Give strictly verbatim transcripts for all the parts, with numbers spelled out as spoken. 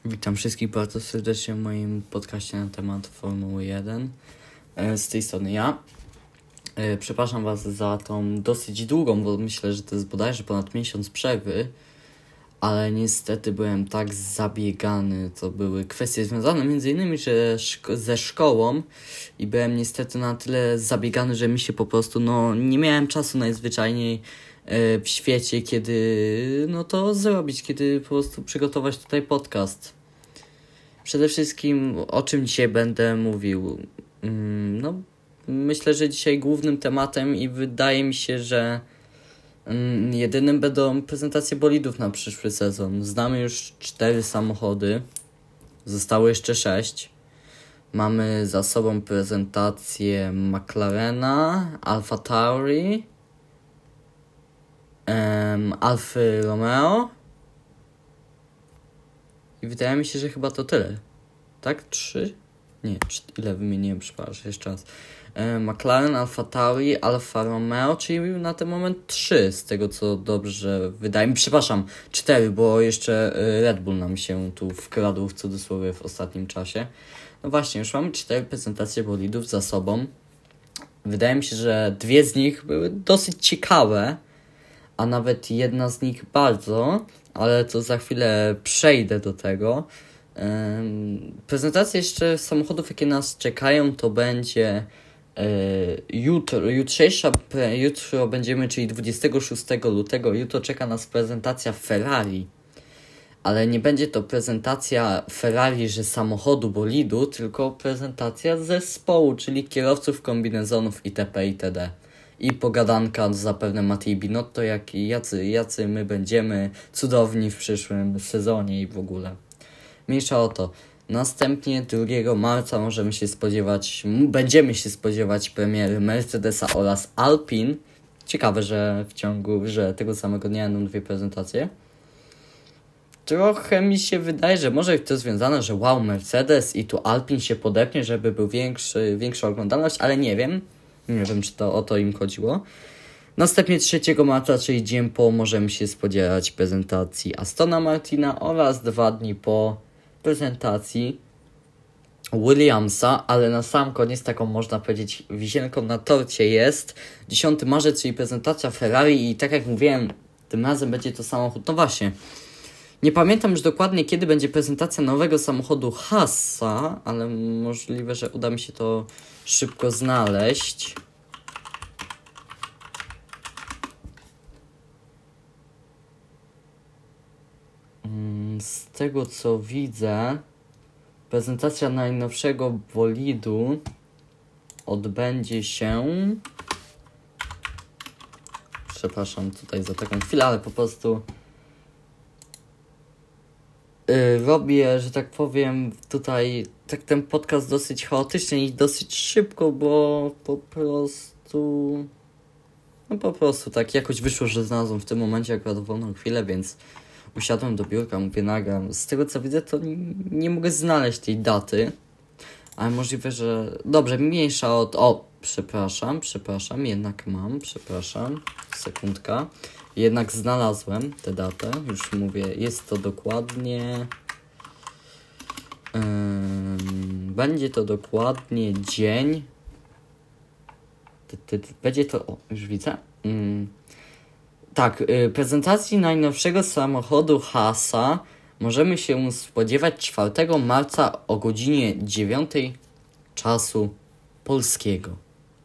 Witam wszystkich bardzo serdecznie w moim podcaście na temat Formuły jeden. Z tej strony ja. Przepraszam Was za tą dosyć długą, bo myślę, że to jest bodajże ponad miesiąc przerwy, ale niestety byłem tak zabiegany. To były kwestie związane między innymi że szko- ze szkołą i byłem niestety na tyle zabiegany, że mi się po prostu, no nie miałem czasu najzwyczajniej w świecie, kiedy no to zrobić, kiedy po prostu przygotować tutaj podcast. Przede wszystkim o czym dzisiaj będę mówił. No, myślę, że dzisiaj głównym tematem i wydaje mi się, że jedynym będą prezentacje bolidów na przyszły sezon. Znamy już cztery samochody, zostało jeszcze sześć. Mamy za sobą prezentację McLarena, Alfa Tauri, um, Alfy Romeo i wydaje mi się, że chyba to tyle. Tak? Trzy? Nie, ile wymieniłem, przepraszam, jeszcze raz. E, McLaren, Alfa Tauri, Alfa Romeo, czyli na ten moment trzy, z tego co dobrze wydaje mi. Przepraszam, cztery, bo jeszcze Red Bull nam się tu wkradł w cudzysłowie w ostatnim czasie. No właśnie, już mamy cztery prezentacje bolidów za sobą. Wydaje mi się, że dwie z nich były dosyć ciekawe, a nawet jedna z nich bardzo, ale to za chwilę przejdę do tego. Prezentacje jeszcze samochodów, jakie nas czekają, to będzie jutro, jutrzejsza, jutro będziemy, czyli dwudziestego szóstego lutego, jutro czeka nas prezentacja Ferrari, ale nie będzie to prezentacja Ferrari, że samochodu bolidu, tylko prezentacja zespołu, czyli kierowców kombinezonów itp. itd. I pogadanka zapewne Mattei Binotto, jak i jacy, jacy my będziemy cudowni w przyszłym sezonie i w ogóle. Mniejsza o to. Następnie drugiego marca możemy się spodziewać, będziemy się spodziewać premiery Mercedesa oraz Alpine. Ciekawe, że w ciągu, że tego samego dnia będą dwie prezentacje. Trochę mi się wydaje, że może to związane, że wow, Mercedes i tu Alpine się podepnie, żeby był większy, większa oglądalność, ale nie wiem. Nie wiem, czy to o to im chodziło. Następnie trzeciego marca, czyli dzień po, możemy się spodziewać prezentacji Astona Martina oraz dwa dni po prezentacji Williamsa, ale na sam koniec taką można powiedzieć wisienką na torcie jest dziesiąty marzec, czyli prezentacja Ferrari i tak jak mówiłem, tym razem będzie to samochód, no właśnie, nie pamiętam już dokładnie kiedy będzie prezentacja nowego samochodu Haasa, ale możliwe, że uda mi się to szybko znaleźć. Z tego co widzę, prezentacja najnowszego bolidu odbędzie się... Przepraszam tutaj za taką chwilę, ale po prostu yy, robię, że tak powiem, tutaj tak ten podcast dosyć chaotycznie i dosyć szybko, bo po prostu... No po prostu tak jakoś wyszło, że znalazłem w tym momencie akurat wolną chwilę, więc usiadłem do biurka, mówię, nagram. Z tego co widzę, to nie mogę znaleźć tej daty, ale możliwe, że... Dobrze, mniejsza od... O, przepraszam, przepraszam, jednak mam, przepraszam, sekundka. Jednak znalazłem tę datę, już mówię, jest to dokładnie... Yy, będzie to dokładnie dzień... Ty, ty, ty, będzie to... O, już widzę. Yy. Tak, yy, prezentacji najnowszego samochodu Haasa możemy się spodziewać czwartego marca o godzinie dziewiątej czasu polskiego.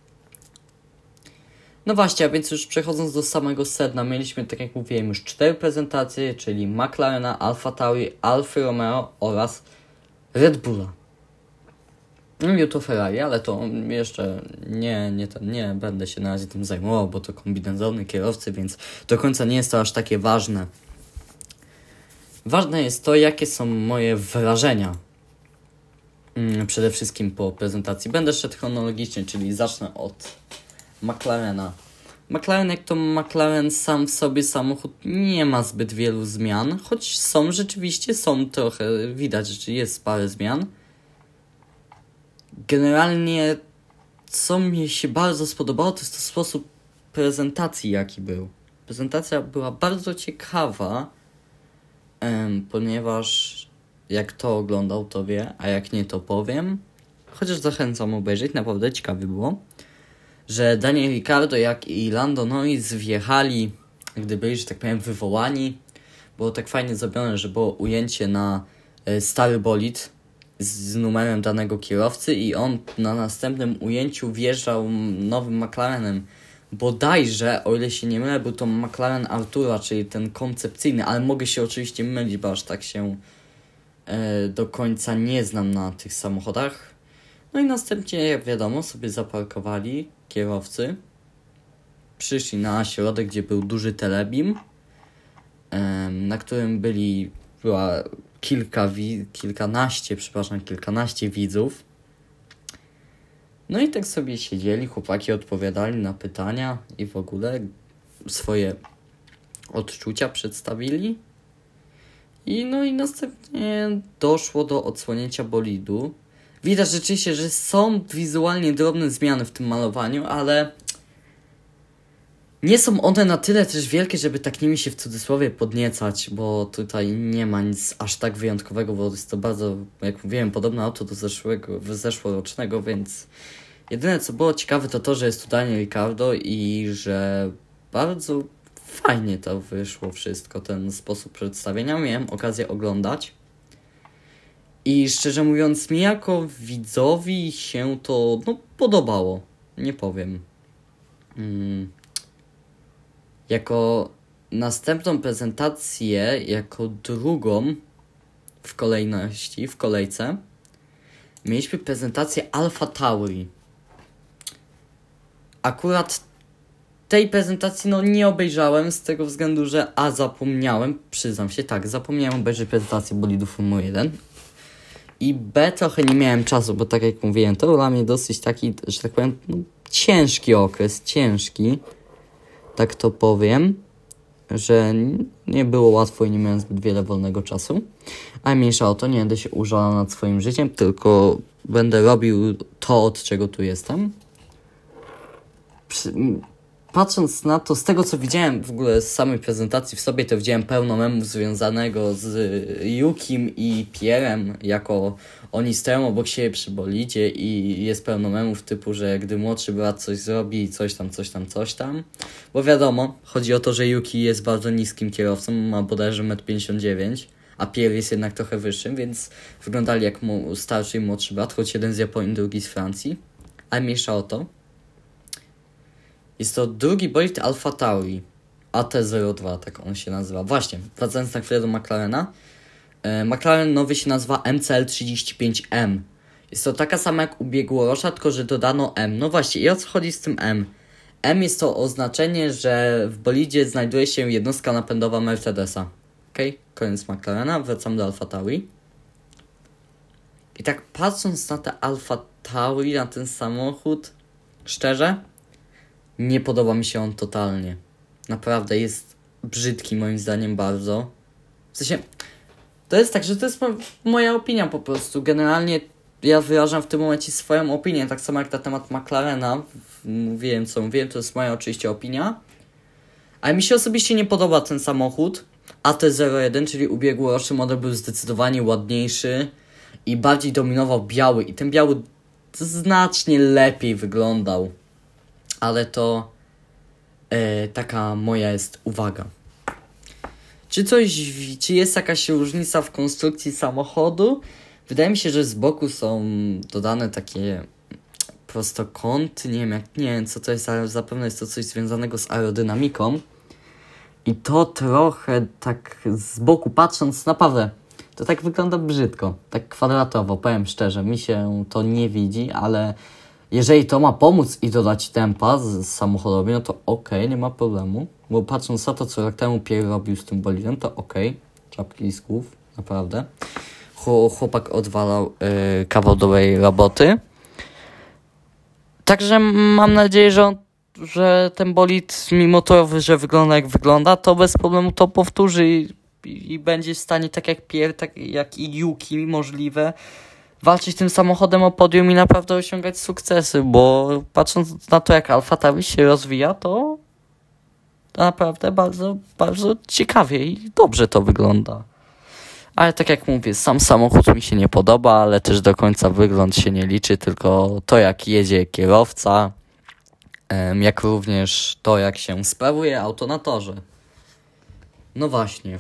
No właśnie, a więc już przechodząc do samego sedna, mieliśmy, tak jak mówiłem, już cztery prezentacje, czyli McLarena, Alfa Tauri, Alfa Romeo oraz Red Bulla. No i to Ferrari, ale to jeszcze nie, nie, ten, nie będę się na razie tym zajmował, bo to kombinezony, kierowcy, więc do końca nie jest to aż takie ważne. Ważne jest to, jakie są moje wrażenia. Hmm, przede wszystkim po prezentacji. Będę szedł chronologicznie, czyli zacznę od McLarena. McLaren, jak to McLaren sam w sobie samochód, nie ma zbyt wielu zmian, choć są rzeczywiście, są trochę, widać, że jest parę zmian. Generalnie, co mi się bardzo spodobało, to jest to sposób prezentacji, jaki był. Prezentacja była bardzo ciekawa, em, ponieważ jak to oglądał, to wie, a jak nie, to powiem. Chociaż zachęcam obejrzeć, naprawdę ciekawe było, że Daniel Ricciardo, jak i Lando Norris wjechali, gdy byli, że tak powiem, wywołani. Było tak fajnie zrobione, że było ujęcie na y, stary bolid z, z numerem danego kierowcy i on na następnym ujęciu wjeżdżał nowym McLarenem. Bodajże, o ile się nie mylę, był to McLaren Artura, czyli ten koncepcyjny, ale mogę się oczywiście mylić, bo aż tak się y, do końca nie znam na tych samochodach. No i następnie, jak wiadomo, sobie zaparkowali kierowcy. Przyszli na środek, gdzie był duży telebim, na którym byli, była kilka, wi- kilkanaście, przepraszam, kilkanaście widzów. No i tak sobie siedzieli, chłopaki odpowiadali na pytania i w ogóle swoje odczucia przedstawili. I no i następnie doszło do odsłonięcia bolidu. Widać rzeczywiście, że są wizualnie drobne zmiany w tym malowaniu, ale nie są one na tyle też wielkie, żeby tak nimi się w cudzysłowie podniecać, bo tutaj nie ma nic aż tak wyjątkowego, bo jest to bardzo, jak mówiłem, podobne auto do zeszłego, zeszłorocznego, więc jedyne co było ciekawe to to, że jest tu Daniel Ricciardo i że bardzo fajnie to wyszło wszystko, ten sposób przedstawienia. Miałem okazję oglądać i szczerze mówiąc mi jako widzowi się to no, podobało, nie powiem. Hmm. Jako następną prezentację, jako drugą w kolejności, w kolejce, mieliśmy prezentację Alfa Tauri. Akurat tej prezentacji no nie obejrzałem z tego względu, że a zapomniałem, przyznam się, tak, zapomniałem obejrzeć prezentację bolidu Formuły jeden i b trochę nie miałem czasu, bo tak jak mówiłem, to dla mnie dosyć taki, że tak powiem, no, ciężki okres, ciężki. Tak to powiem, że nie było łatwo i nie miałem zbyt wiele wolnego czasu. A mniejsza o to, nie będę się użalał nad swoim życiem, tylko będę robił to, od czego tu jestem. Przy, patrząc na to, z tego co widziałem w ogóle z samej prezentacji w sobie, to widziałem pełno memów związanego z Yukim i Pierrem, jako oni stoją obok siebie przy bolidzie i jest pełno memów typu, że gdy młodszy brat coś zrobi, coś tam, coś tam, coś tam. Bo wiadomo, chodzi o to, że Yuki jest bardzo niskim kierowcą, ma bodajże metr pięćdziesiąt dziewięć, a Pierre jest jednak trochę wyższym, więc wyglądali jak mu starszy i młodszy brat, choć jeden z Japonii, drugi z Francji. Ale mniejsza o to. Jest to drugi bolid Alfa Tauri, A T zero dwa, tak on się nazywa. Właśnie, wracając na chwilę do McLarena. E, McLaren nowy się nazywa M C L trzydzieści pięć M. Jest to taka sama jak ubiegłorocza, tylko że dodano M. No właśnie, i o co chodzi z tym M? M jest to oznaczenie, że w bolidzie znajduje się jednostka napędowa Mercedesa. Okej, okay? Koniec McLarena, wracam do Alfa Tauri. I tak patrząc na te Alfa Tauri, na ten samochód, szczerze, nie podoba mi się on totalnie. Naprawdę jest brzydki moim zdaniem bardzo. W sensie, to jest tak, że to jest moja opinia po prostu. Generalnie ja wyrażam w tym momencie swoją opinię, tak samo jak na temat McLarena. Mówiłem co mówiłem, to jest moja oczywiście opinia. Ale mi się osobiście nie podoba ten samochód. A T zero jeden, czyli ubiegłoroczny model, był zdecydowanie ładniejszy i bardziej dominował biały. I ten biały znacznie lepiej wyglądał. Ale to e, taka moja jest uwaga. Czy coś, czy jest jakaś różnica w konstrukcji samochodu? Wydaje mi się, że z boku są dodane takie prostokąty, nie wiem, jak, nie wiem co to jest, ale zapewne jest to coś związanego z aerodynamiką. I to trochę tak z boku patrząc, naprawdę, to tak wygląda brzydko, tak kwadratowo, powiem szczerze, mi się to nie widzi, ale jeżeli to ma pomóc i dodać tempa z, z samochodowi, no to okej, okay, nie ma problemu. Bo patrząc na to, co rok temu Pierre robił z tym bolidem, to okej. Okay. Czapki z głów, naprawdę. Chłopak odwalał yy, kawał dobrej roboty. Także mam nadzieję, że, on, że ten bolid, mimo to, że wygląda jak wygląda, to bez problemu to powtórzy i, i, i będzie w stanie, tak jak Pierre, tak jak i Yuki, możliwe, walczyć tym samochodem o podium i naprawdę osiągać sukcesy, bo patrząc na to, jak Alfa Tauri się rozwija, to, to naprawdę bardzo, bardzo ciekawie i dobrze to wygląda. Ale tak jak mówię, sam samochód mi się nie podoba, ale też do końca wygląd się nie liczy, tylko to jak jedzie kierowca, jak również to jak się sprawuje auto na torze. No właśnie.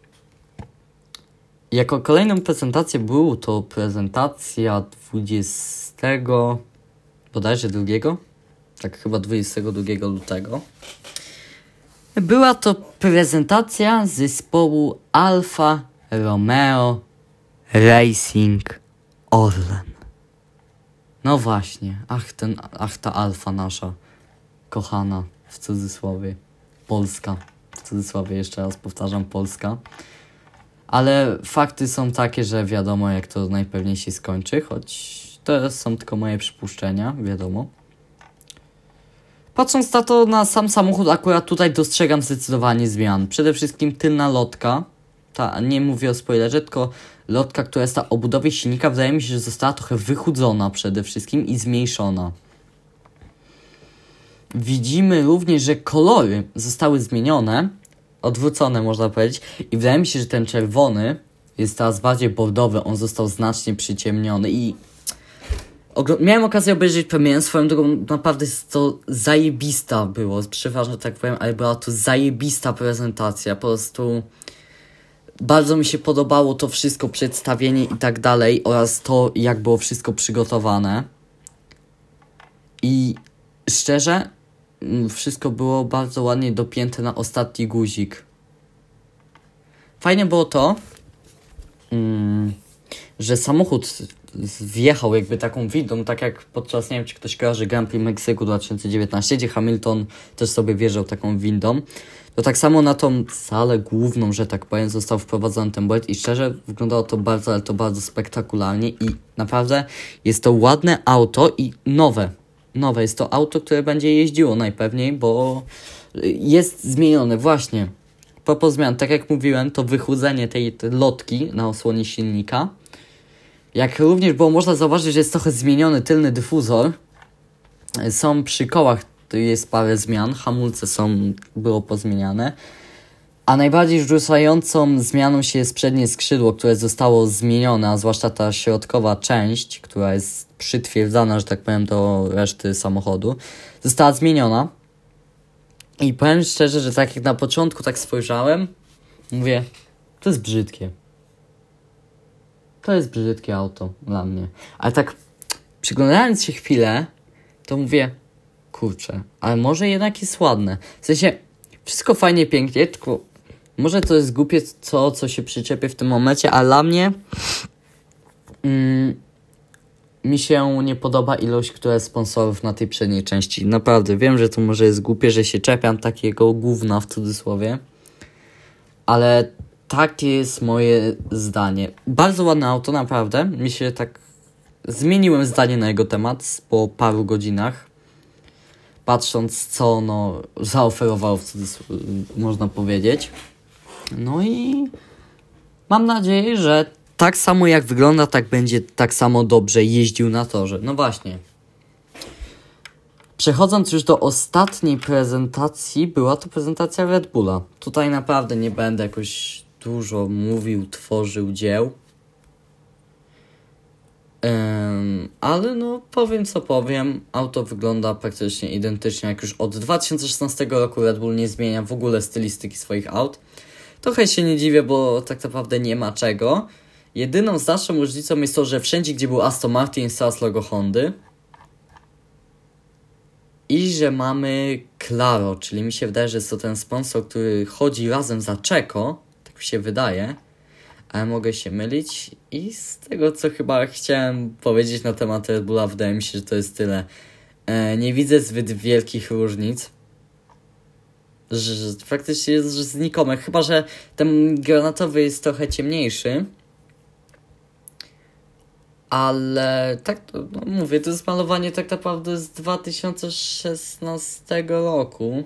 Jako kolejną prezentację był to prezentacja dwudziestego bodajże drugiego? Tak, chyba dwudziestego drugiego lutego. Była to prezentacja zespołu Alfa Romeo Racing Orlen. No właśnie, ach, ten, ach ta Alfa nasza, kochana, w cudzysłowie, Polska, w cudzysłowie jeszcze raz powtarzam, Polska. Ale fakty są takie, że wiadomo jak to najpewniej się skończy, choć to są tylko moje przypuszczenia, wiadomo. Patrząc na to, na sam samochód, akurat tutaj dostrzegam zdecydowanie zmian. Przede wszystkim tylna lotka, ta, nie mówię o spoilerze, tylko lotka, która jest na obudowie silnika, wydaje mi się, że została trochę wychudzona przede wszystkim i zmniejszona. Widzimy również, że kolory zostały zmienione, odwrócone można powiedzieć, i wydaje mi się, że ten czerwony jest teraz bardziej bordowy, on został znacznie przyciemniony i Ogl- miałem okazję obejrzeć premierę, swoją drogą naprawdę to zajebista było, przepraszam, że tak powiem, ale była to zajebista prezentacja, po prostu bardzo mi się podobało to wszystko, przedstawienie i tak dalej oraz to, jak było wszystko przygotowane i szczerze, wszystko było bardzo ładnie dopięte na ostatni guzik. Fajnie było to, mm, że samochód wjechał jakby taką windą, tak jak podczas, nie wiem czy ktoś kojarzy, Grand Prix Meksyku dwa tysiące dziewiętnaście, gdzie Hamilton też sobie wjeżdżał taką windą. To tak samo na tą salę główną, że tak powiem, został wprowadzony ten błęd i szczerze wyglądało to bardzo, ale to bardzo spektakularnie i naprawdę jest to ładne auto i nowe. Nowe, jest to auto, które będzie jeździło najpewniej, bo jest zmienione właśnie. Propos zmian, tak jak mówiłem, to wychudzenie tej, tej lotki na osłonie silnika. Jak również było można zauważyć, że jest trochę zmieniony tylny dyfuzor. Są przy kołach, jest parę zmian, hamulce są, było pozmieniane. A najbardziej rzucającą zmianą się jest przednie skrzydło, które zostało zmienione, a zwłaszcza ta środkowa część, która jest przytwierdzana, że tak powiem, do reszty samochodu, została zmieniona. I powiem szczerze, że tak jak na początku tak spojrzałem, mówię, to jest brzydkie. To jest brzydkie auto dla mnie. Ale tak przyglądając się chwilę, to mówię, kurczę, ale może jednak jest ładne. W sensie, wszystko fajnie, pięknie, tylko może to jest głupie co, co się przyczepię w tym momencie, ale dla mnie mm, mi się nie podoba ilość, która jest sponsorów na tej przedniej części. Naprawdę, wiem, że to może jest głupie, że się czepiam takiego gówna w cudzysłowie, ale takie jest moje zdanie. Bardzo ładne auto, naprawdę. Mi się tak... Zmieniłem zdanie na jego temat po paru godzinach. Patrząc, co ono zaoferowało, w cudzysłowie, można powiedzieć. No i mam nadzieję, że tak samo jak wygląda, tak będzie tak samo dobrze jeździł na torze. No właśnie. Przechodząc już do ostatniej prezentacji, była to prezentacja Red Bulla. Tutaj naprawdę nie będę jakoś dużo mówił, tworzył dzieł. Um, ale no powiem co powiem, auto wygląda praktycznie identycznie, jak już od dwa tysiące szesnastego roku Red Bull nie zmienia w ogóle stylistyki swoich aut. Trochę się nie dziwię, bo tak naprawdę nie ma czego. Jedyną znaczną różnicą jest to, że wszędzie gdzie był Aston Martin jest teraz logo Hondy. I że mamy Claro, czyli mi się wydaje, że jest to ten sponsor, który chodzi razem za Checo, tak mi się wydaje. Ale mogę się mylić i z tego, co chyba chciałem powiedzieć na temat Red Bulla, wydaje mi się, że to jest tyle. E, nie widzę zbyt wielkich różnic. Że, że praktycznie jest znikome, chyba że ten granatowy jest trochę ciemniejszy. Ale tak, to, no mówię, to jest malowanie tak naprawdę z dwa tysiące szesnastego roku.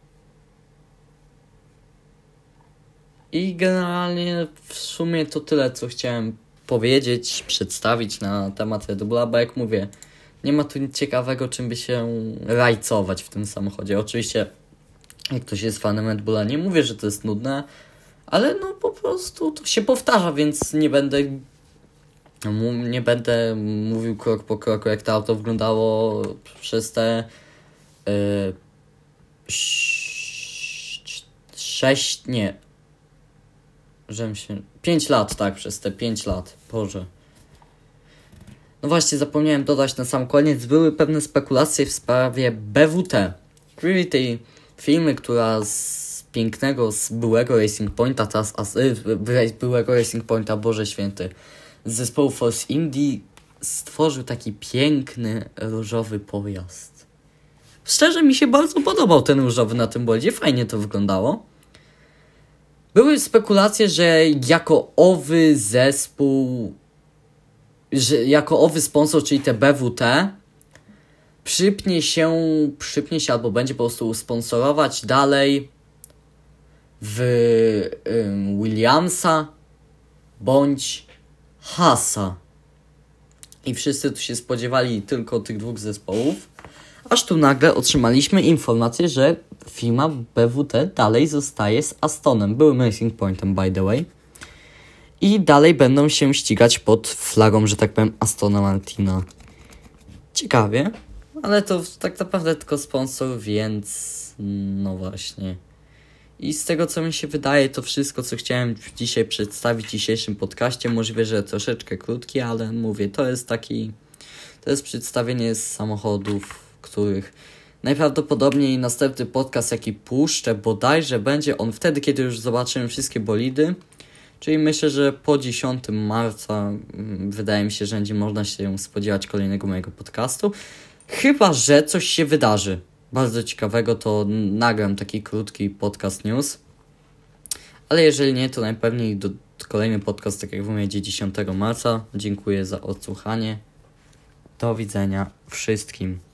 I generalnie w sumie to tyle, co chciałem powiedzieć, przedstawić na temat Red Bulla, bo jak mówię, nie ma tu nic ciekawego, czym by się rajcować w tym samochodzie. Oczywiście, jak ktoś jest fanem Red Bulla, nie mówię, że to jest nudne, Ale no po prostu to się powtarza, więc nie będę nie będę mówił krok po kroku, jak to auto wyglądało przez te yy, sześć, nie, żebym się, pięć lat, tak, przez te pięć lat, Boże. No właśnie, zapomniałem dodać na sam koniec, były pewne spekulacje w sprawie B W T, czyli tej firmy, która z pięknego, z byłego Racing Pointa, teraz a, z byłego Racing Pointa, Boże Święty, z zespołu Force Indy stworzył taki piękny, różowy pojazd. Szczerze mi się bardzo podobał ten różowy na tym bodzie, fajnie to wyglądało. Były spekulacje, że jako owy zespół, że jako owy sponsor, czyli te B W T, przypnie się, przypnie się albo będzie po prostu sponsorować dalej w ym, Williamsa bądź Haasa. I wszyscy tu się spodziewali tylko tych dwóch zespołów, aż tu nagle otrzymaliśmy informację, że firma B W T dalej zostaje z Astonem, byłym Racing Pointem by the way. I dalej będą się ścigać pod flagą, że tak powiem, Astona Martina. Ciekawie, ale to tak naprawdę tylko sponsor, więc no właśnie. I z tego, co mi się wydaje, to wszystko, co chciałem dzisiaj przedstawić w dzisiejszym podcaście. Możliwe, że troszeczkę krótki, ale mówię, to jest taki... To jest przedstawienie z samochodów, których najprawdopodobniej następny podcast, jaki puszczę, bodajże będzie on wtedy, kiedy już zobaczymy wszystkie bolidy. Czyli myślę, że po dziesiątego marca wydaje mi się, że będzie można się spodziewać kolejnego mojego podcastu. Chyba że coś się wydarzy bardzo ciekawego, to nagram taki krótki podcast news. Ale jeżeli nie, to najpewniej do, kolejny podcast, tak jak mówię, będzie dziesiątego marca. Dziękuję za odsłuchanie. Do widzenia wszystkim.